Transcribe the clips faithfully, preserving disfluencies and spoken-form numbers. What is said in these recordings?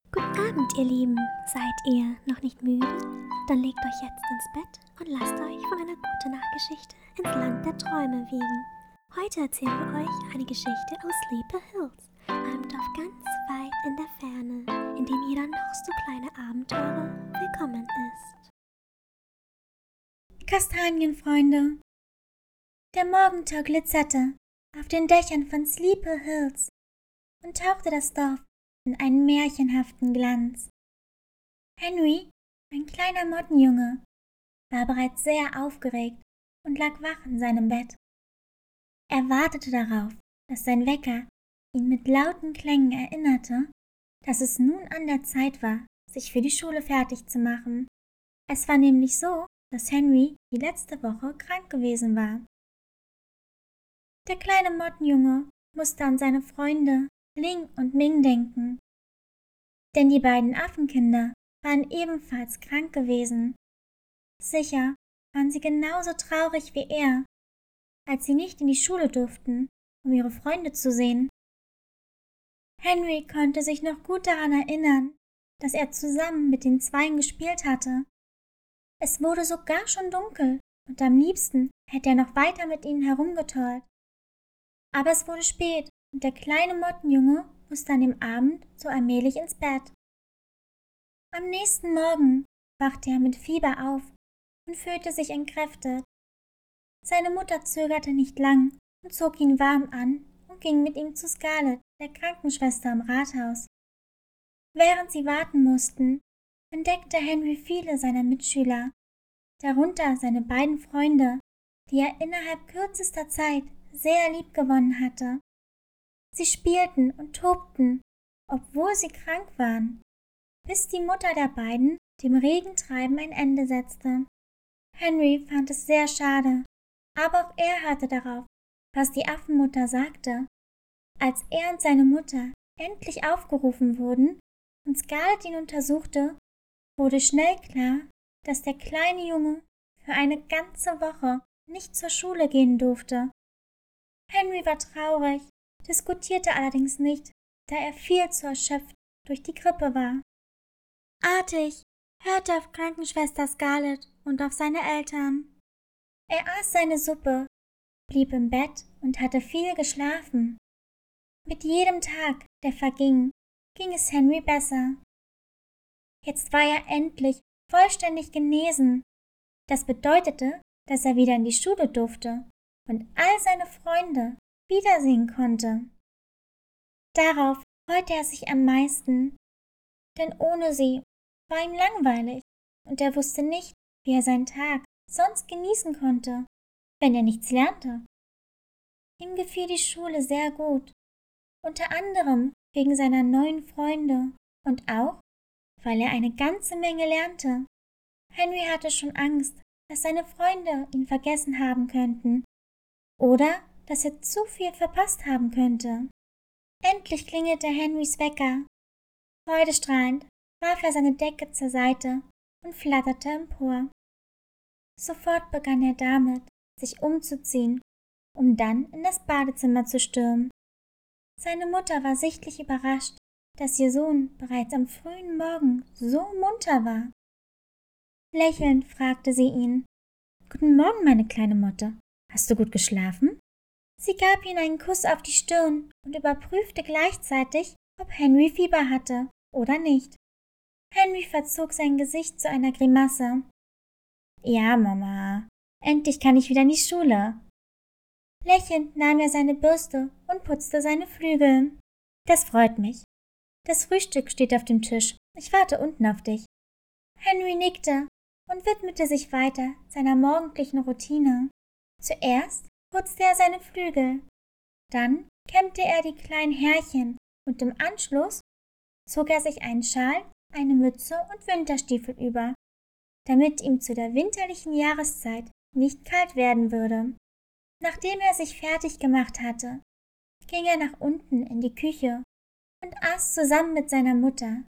Guten Abend, ihr Lieben. Seid ihr noch nicht müde? Dann legt euch jetzt ins Bett und lasst euch von einer Gute-Nacht-Geschichte ins Land der Träume wiegen. Heute erzählen wir euch eine Geschichte aus Sleepy Hills, einem Dorf ganz weit in der Ferne, in dem jeder noch so kleine Abenteurer willkommen ist. Kastanienfreunde. Der Morgentau glitzerte auf den Dächern von Sleepy Hills und tauchte das Dorf in einen märchenhaften Glanz. Henry, ein kleiner Mottenjunge, war bereits sehr aufgeregt und lag wach in seinem Bett. Er wartete darauf, dass sein Wecker ihn mit lauten Klängen erinnerte, dass es nun an der Zeit war, sich für die Schule fertig zu machen. Es war nämlich so, dass Henry die letzte Woche krank gewesen war. Der kleine Mottenjunge musste an seine Freunde Ling und Ming denken, denn die beiden Affenkinder waren ebenfalls krank gewesen. Sicher waren sie genauso traurig wie er, als sie nicht in die Schule durften, um ihre Freunde zu sehen. Henry konnte sich noch gut daran erinnern, dass er zusammen mit den Zweien gespielt hatte. Es wurde sogar schon dunkel und am liebsten hätte er noch weiter mit ihnen herumgetollt. Aber es wurde spät und der kleine Mottenjunge musste an dem Abend so allmählich ins Bett. Am nächsten Morgen wachte er mit Fieber auf und fühlte sich entkräftet. Seine Mutter zögerte nicht lang und zog ihn warm an und ging mit ihm zu Scarlett, der Krankenschwester im Rathaus. Während sie warten mussten, entdeckte Henry viele seiner Mitschüler, darunter seine beiden Freunde, die er innerhalb kürzester Zeit sehr lieb gewonnen hatte. Sie spielten und tobten, obwohl sie krank waren, bis die Mutter der beiden dem Regentreiben ein Ende setzte. Henry fand es sehr schade, aber auch er hörte darauf, was die Affenmutter sagte. Als er und seine Mutter endlich aufgerufen wurden und Scarlett ihn untersuchte, wurde schnell klar, dass der kleine Junge für eine ganze Woche nicht zur Schule gehen durfte. Henry war traurig, diskutierte allerdings nicht, da er viel zu erschöpft durch die Grippe war. Artig hörte auf Krankenschwester Scarlett und auf seine Eltern. Er aß seine Suppe, blieb im Bett und hatte viel geschlafen. Mit jedem Tag, der verging, ging es Henry besser. Jetzt war er endlich vollständig genesen. Das bedeutete, dass er wieder in die Schule durfte und all seine Freunde wiedersehen konnte. Darauf freute er sich am meisten, denn ohne sie war ihm langweilig und er wusste nicht, wie er seinen Tag sonst genießen konnte, wenn er nichts lernte. Ihm gefiel die Schule sehr gut, unter anderem wegen seiner neuen Freunde und auch, weil er eine ganze Menge lernte. Henry hatte schon Angst, dass seine Freunde ihn vergessen haben könnten oder dass er zu viel verpasst haben könnte. Endlich klingelte Henrys Wecker. Freudestrahlend warf er seine Decke zur Seite und flatterte empor. Sofort begann er damit, sich umzuziehen, um dann in das Badezimmer zu stürmen. Seine Mutter war sichtlich überrascht, dass ihr Sohn bereits am frühen Morgen so munter war. Lächelnd fragte sie ihn: »Guten Morgen, meine kleine Motte. Hast du gut geschlafen?« Sie gab ihm einen Kuss auf die Stirn und überprüfte gleichzeitig, ob Henry Fieber hatte oder nicht. Henry verzog sein Gesicht zu einer Grimasse. »Ja, Mama, endlich kann ich wieder in die Schule.« Lächelnd nahm er seine Bürste und putzte seine Flügel. »Das freut mich. Das Frühstück steht auf dem Tisch. Ich warte unten auf dich.« Henry nickte und widmete sich weiter seiner morgendlichen Routine. Zuerst putzte er seine Flügel, dann kämmte er die kleinen Härchen und im Anschluss zog er sich einen Schal, eine Mütze und Winterstiefel über, damit ihm zu der winterlichen Jahreszeit nicht kalt werden würde. Nachdem er sich fertig gemacht hatte, ging er nach unten in die Küche und aß zusammen mit seiner Mutter.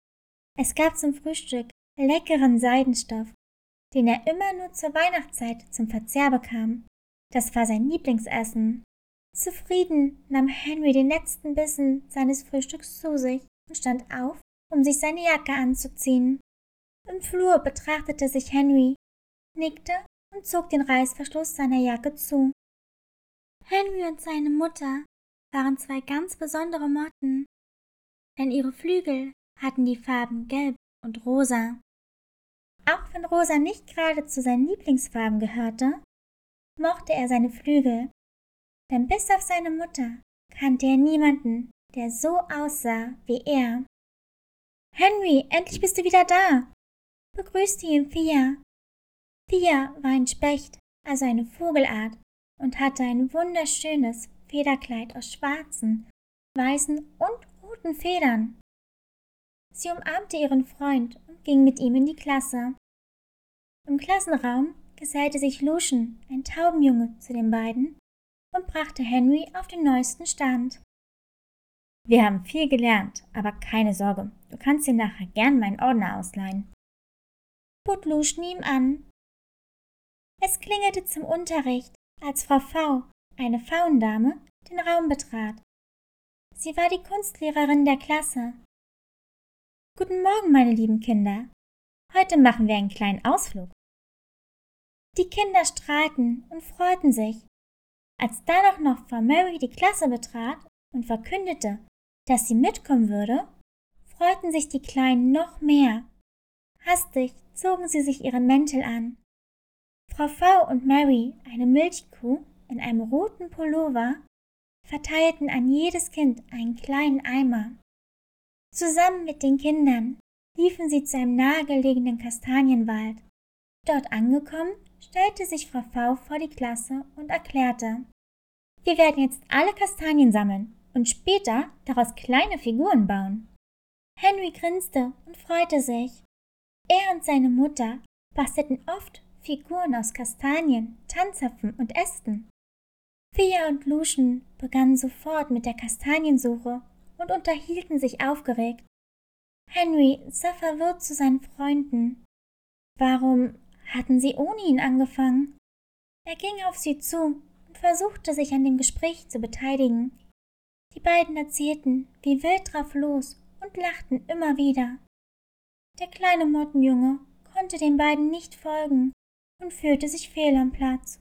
Es gab zum Frühstück leckeren Seidenstoff, den er immer nur zur Weihnachtszeit zum Verzehr bekam. Das war sein Lieblingsessen. Zufrieden nahm Henry den letzten Bissen seines Frühstücks zu sich und stand auf, um sich seine Jacke anzuziehen. Im Flur betrachtete sich Henry, nickte und zog den Reißverschluss seiner Jacke zu. Henry und seine Mutter waren zwei ganz besondere Motten, denn ihre Flügel hatten die Farben Gelb und Rosa. Auch wenn Rosa nicht gerade zu seinen Lieblingsfarben gehörte, mochte er seine Flügel, denn bis auf seine Mutter kannte er niemanden, der so aussah wie er. »Henry, endlich bist du wieder da«, begrüßte ihn Fia. Fia war ein Specht, also eine Vogelart, und hatte ein wunderschönes Federkleid aus schwarzen, weißen und roten Federn. Sie umarmte ihren Freund und ging mit ihm in die Klasse. Im Klassenraum gesellte sich Lucian, ein Taubenjunge, zu den beiden und brachte Henry auf den neuesten Stand. »Wir haben viel gelernt, aber keine Sorge, du kannst dir nachher gern meinen Ordner ausleihen«, bot Lucian ihm an. Es klingelte zum Unterricht, als Frau V., eine Pfauendame, den Raum betrat. Sie war die Kunstlehrerin der Klasse. »Guten Morgen, meine lieben Kinder. Heute machen wir einen kleinen Ausflug.« Die Kinder strahlten und freuten sich. Als dann auch noch Frau Mary die Klasse betrat und verkündete, dass sie mitkommen würde, freuten sich die Kleinen noch mehr. Hastig zogen sie sich ihren Mäntel an. Frau V. und Mary, eine Milchkuh in einem roten Pullover, verteilten an jedes Kind einen kleinen Eimer. Zusammen mit den Kindern liefen sie zu einem nahegelegenen Kastanienwald. Dort angekommen, stellte sich Frau V. vor die Klasse und erklärte: »Wir werden jetzt alle Kastanien sammeln und später daraus kleine Figuren bauen.« Henry grinste und freute sich. Er und seine Mutter bastelten oft Figuren aus Kastanien, Tanzapfen und Ästen. Fia und Lucian begannen sofort mit der Kastaniensuche und unterhielten sich aufgeregt. Henry sah verwirrt zu seinen Freunden. Warum hatten sie ohne ihn angefangen? Er ging auf sie zu und versuchte, sich an dem Gespräch zu beteiligen. Die beiden erzählten wie wild drauf los und lachten immer wieder. Der kleine Mottenjunge konnte den beiden nicht folgen und fühlte sich fehl am Platz.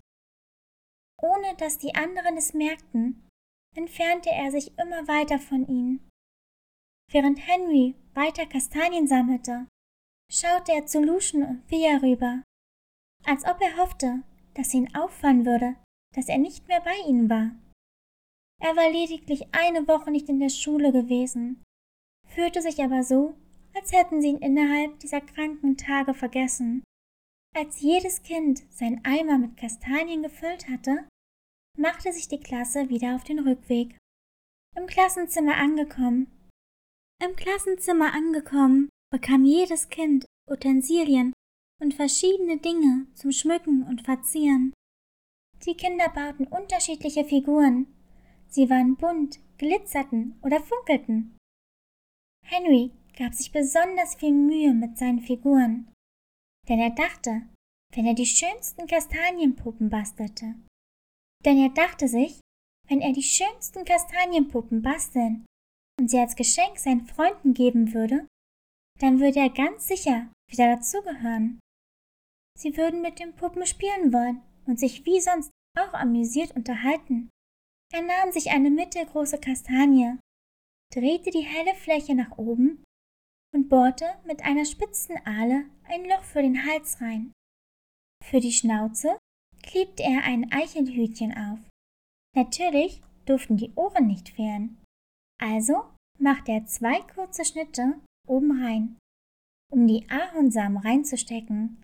Ohne dass die anderen es merkten, entfernte er sich immer weiter von ihnen. Während Henry weiter Kastanien sammelte, schaute er zu Lucian und Fia rüber, als ob er hoffte, dass ihnen auffallen würde, dass er nicht mehr bei ihnen war. Er war lediglich eine Woche nicht in der Schule gewesen, fühlte sich aber so, als hätten sie ihn innerhalb dieser kranken Tage vergessen. Als jedes Kind seinen Eimer mit Kastanien gefüllt hatte, machte sich die Klasse wieder auf den Rückweg. Im Klassenzimmer angekommen, Im Klassenzimmer angekommen, bekam jedes Kind Utensilien und verschiedene Dinge zum Schmücken und Verzieren. Die Kinder bauten unterschiedliche Figuren. Sie waren bunt, glitzerten oder funkelten. Henry gab sich besonders viel Mühe mit seinen Figuren, denn er dachte, wenn er die schönsten Kastanienpuppen bastelte, denn er dachte sich, wenn er die schönsten Kastanienpuppen basteln und sie als Geschenk seinen Freunden geben würde, dann würde er ganz sicher wieder dazugehören. Sie würden mit den Puppen spielen wollen und sich wie sonst auch amüsiert unterhalten. Er nahm sich eine mittelgroße Kastanie, drehte die helle Fläche nach oben und bohrte mit einer spitzen Ahle ein Loch für den Hals rein. Für die Schnauze klebte er ein Eichelhütchen auf. Natürlich durften die Ohren nicht fehlen. Also machte er zwei kurze Schnitte oben rein, um die Ahornsamen reinzustecken.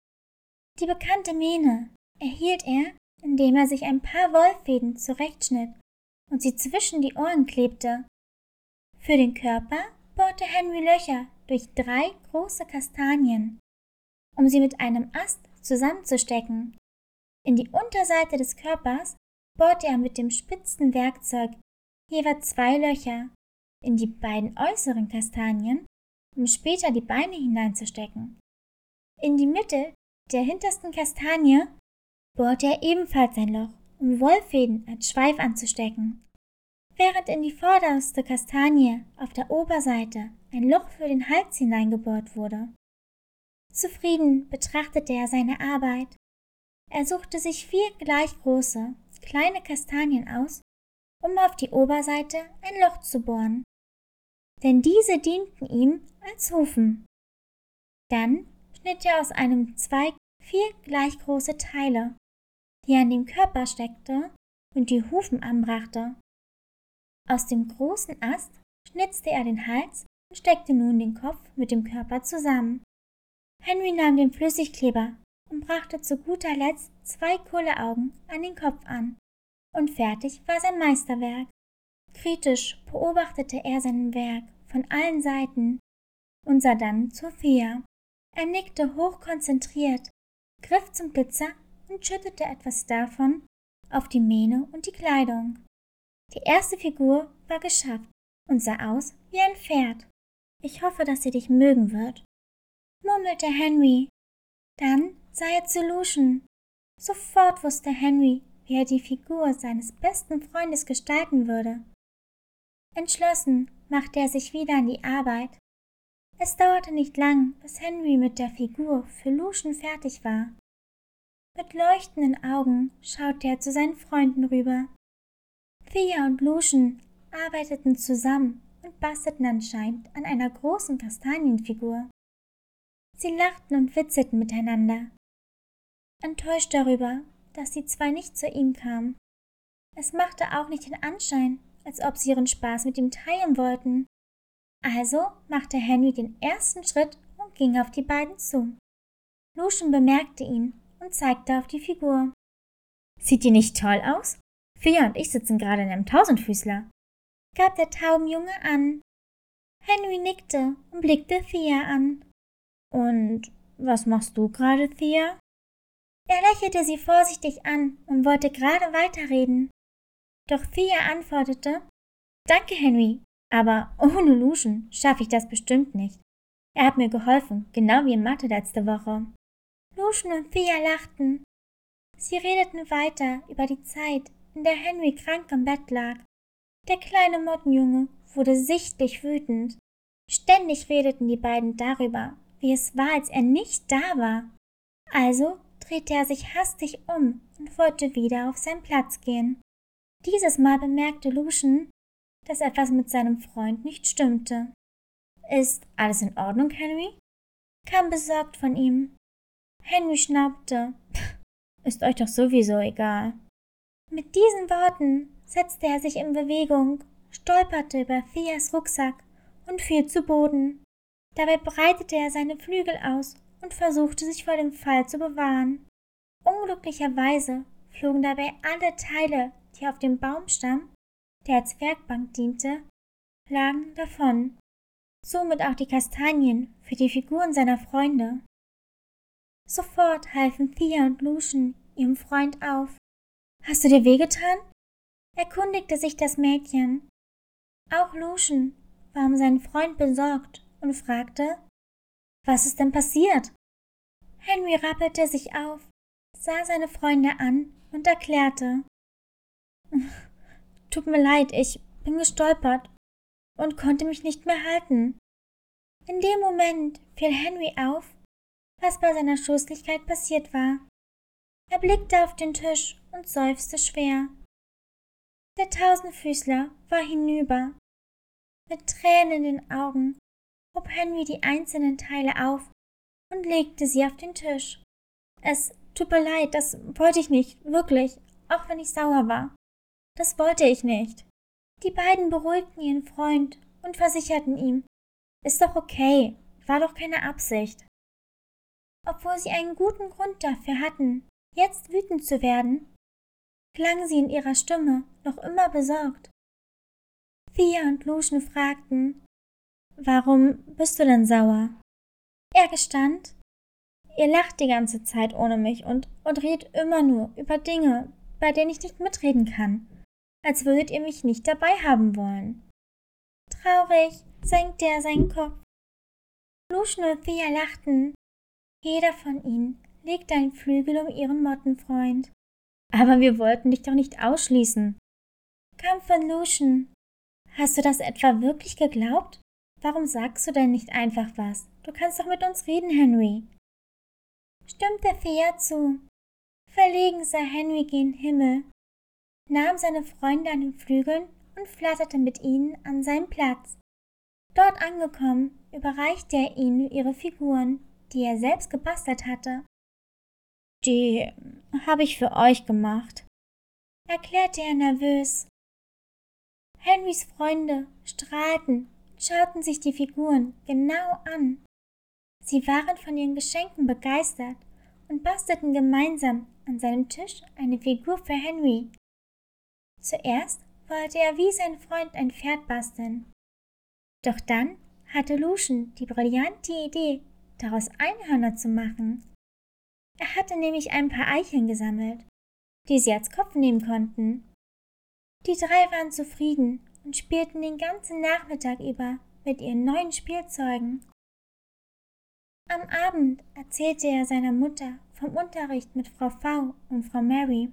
Die bekannte Mähne erhielt er, indem er sich ein paar Wollfäden zurechtschnitt und sie zwischen die Ohren klebte. Für den Körper bohrte Henry Löcher durch drei große Kastanien, um sie mit einem Ast zusammenzustecken. In die Unterseite des Körpers bohrte er mit dem spitzen Werkzeug jeweils zwei Löcher in die beiden äußeren Kastanien, um später die Beine hineinzustecken. In die Mitte der hintersten Kastanie bohrte er ebenfalls ein Loch, um Wollfäden als Schweif anzustecken. Während in die vorderste Kastanie auf der Oberseite ein Loch für den Hals hineingebohrt wurde. Zufrieden betrachtete er seine Arbeit. Er suchte sich vier gleich große, kleine Kastanien aus, um auf die Oberseite ein Loch zu bohren, denn diese dienten ihm als Hufen. Dann schnitt er aus einem Zweig vier gleich große Teile, die er an den Körper steckte und die Hufen anbrachte. Aus dem großen Ast schnitzte er den Hals und steckte nun den Kopf mit dem Körper zusammen. Henry nahm den Flüssigkleber und brachte zu guter Letzt zwei Kohleaugen an den Kopf an, und fertig war sein Meisterwerk. Kritisch beobachtete er sein Werk von allen Seiten und sah dann zu Thea. Er nickte hochkonzentriert, griff zum Glitzer und schüttete etwas davon auf die Mähne und die Kleidung. Die erste Figur war geschafft und sah aus wie ein Pferd. »Ich hoffe, dass sie dich mögen wird«, murmelte Henry. Dann sah er zu Lucian. Sofort wusste Henry, wie er die Figur seines besten Freundes gestalten würde. Entschlossen machte er sich wieder an die Arbeit. Es dauerte nicht lang, bis Henry mit der Figur für Lucian fertig war. Mit leuchtenden Augen schaute er zu seinen Freunden rüber. Thea und Lucian arbeiteten zusammen und bastelten anscheinend an einer großen Kastanienfigur. Sie lachten und witzelten miteinander. Enttäuscht darüber, dass die zwei nicht zu ihm kamen. Es machte auch nicht den Anschein, als ob sie ihren Spaß mit ihm teilen wollten. Also machte Henry den ersten Schritt und ging auf die beiden zu. Lucian bemerkte ihn und zeigte auf die Figur. »Sieht die nicht toll aus? Thea und ich sitzen gerade in einem Tausendfüßler«, gab der Taubenjunge an. Henry nickte und blickte Thea an. »Und was machst du gerade, Thea?« Er lächelte sie vorsichtig an und wollte gerade weiterreden. Doch Thea antwortete, »Danke, Henry, aber ohne Lucian schaffe ich das bestimmt nicht. Er hat mir geholfen, genau wie in Mathe letzte Woche.« Lucian und Thea lachten. Sie redeten weiter über die Zeit, in der Henry krank am Bett lag. Der kleine Mottenjunge wurde sichtlich wütend. Ständig redeten die beiden darüber, wie es war, als er nicht da war. Also drehte er sich hastig um und wollte wieder auf seinen Platz gehen. Dieses Mal bemerkte Lucian, dass etwas mit seinem Freund nicht stimmte. »Ist alles in Ordnung, Henry?« kam besorgt von ihm. Henry schnaubte. »Ist euch doch sowieso egal.« Mit diesen Worten setzte er sich in Bewegung, stolperte über Theas Rucksack und fiel zu Boden. Dabei breitete er seine Flügel aus und versuchte, sich vor dem Fall zu bewahren. Unglücklicherweise flogen dabei alle Teile, die auf dem Baumstamm, der als Werkbank diente, lagen davon. Somit auch die Kastanien für die Figuren seiner Freunde. Sofort halfen Thea und Lucian ihrem Freund auf. »Hast du dir wehgetan?« erkundigte sich das Mädchen. Auch Lucian war um seinen Freund besorgt und fragte, »Was ist denn passiert?« Henry rappelte sich auf, sah seine Freunde an und erklärte, »Tut mir leid, ich bin gestolpert und konnte mich nicht mehr halten.« In dem Moment fiel Henry auf, was bei seiner Schusslichkeit passiert war. Er blickte auf den Tisch und seufzte schwer. Der Tausendfüßler war hinüber. Mit Tränen in den Augen hob Henry die einzelnen Teile auf und legte sie auf den Tisch. »Es tut mir leid, das wollte ich nicht, wirklich, auch wenn ich sauer war. Das wollte ich nicht.« Die beiden beruhigten ihren Freund und versicherten ihm, »Ist doch okay, war doch keine Absicht.« Obwohl sie einen guten Grund dafür hatten, jetzt wütend zu werden, klang sie in ihrer Stimme noch immer besorgt. Thea und Lucian fragten, »Warum bist du denn sauer?« Er gestand, »Ihr lacht die ganze Zeit ohne mich und, und redet immer nur über Dinge, bei denen ich nicht mitreden kann, als würdet ihr mich nicht dabei haben wollen.« Traurig senkte er seinen Kopf. Lucian und Thea lachten. Jeder von ihnen legte einen Flügel um ihren Mottenfreund. »Aber wir wollten dich doch nicht ausschließen«, kam von Lucian. »Hast du das etwa wirklich geglaubt? Warum sagst du denn nicht einfach was? Du kannst doch mit uns reden, Henry. Stimmte Thea zu. Verlegen sah Henry gen Himmel, nahm seine Freunde an den Flügeln und flatterte mit ihnen an seinen Platz. Dort angekommen, überreichte er ihnen ihre Figuren, die er selbst gebastelt hatte. Die habe ich für euch gemacht, erklärte er nervös. Henrys Freunde strahlten und schauten sich die Figuren genau an. Sie waren von ihren Geschenken begeistert und bastelten gemeinsam an seinem Tisch eine Figur für Henry. Zuerst wollte er wie sein Freund ein Pferd basteln. Doch dann hatte Lucian die brillante Idee, daraus Einhörner zu machen. Er hatte nämlich ein paar Eicheln gesammelt, die sie als Kopf nehmen konnten. Die drei waren zufrieden und spielten den ganzen Nachmittag über mit ihren neuen Spielzeugen. Am Abend erzählte er seiner Mutter vom Unterricht mit Frau V und Frau Mary.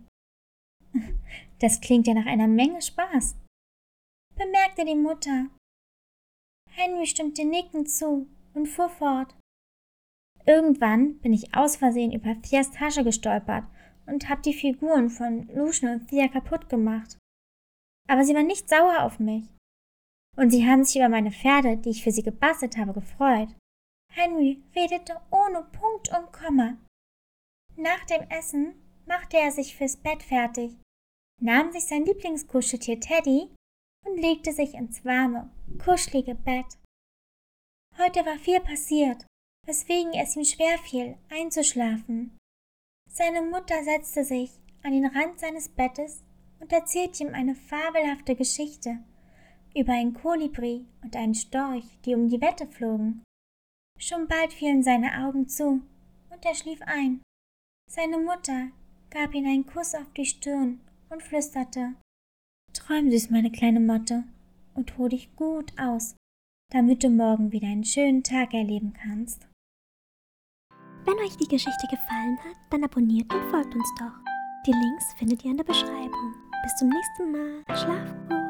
Das klingt ja nach einer Menge Spaß, bemerkte die Mutter. Henry stimmte nickend zu und fuhr fort. Irgendwann bin ich aus Versehen über Theas Tasche gestolpert und habe die Figuren von Lucian und Thea kaputt gemacht. Aber sie waren nicht sauer auf mich. Und sie haben sich über meine Pferde, die ich für sie gebastelt habe, gefreut. Henry redete ohne Punkt und Komma. Nach dem Essen machte er sich fürs Bett fertig, nahm sich sein Lieblingskuscheltier Teddy und legte sich ins warme, kuschelige Bett. Heute war viel passiert, weswegen es ihm schwerfiel, einzuschlafen. Seine Mutter setzte sich an den Rand seines Bettes und erzählte ihm eine fabelhafte Geschichte über ein Kolibri und einen Storch, die um die Wette flogen. Schon bald fielen seine Augen zu und er schlief ein. Seine Mutter gab ihm einen Kuss auf die Stirn und flüsterte: Träum süß, meine kleine Motte, und ruh dich gut aus, damit du morgen wieder einen schönen Tag erleben kannst. Wenn euch die Geschichte gefallen hat, dann abonniert und folgt uns doch. Die Links findet ihr in der Beschreibung. Bis zum nächsten Mal. Schlaf gut.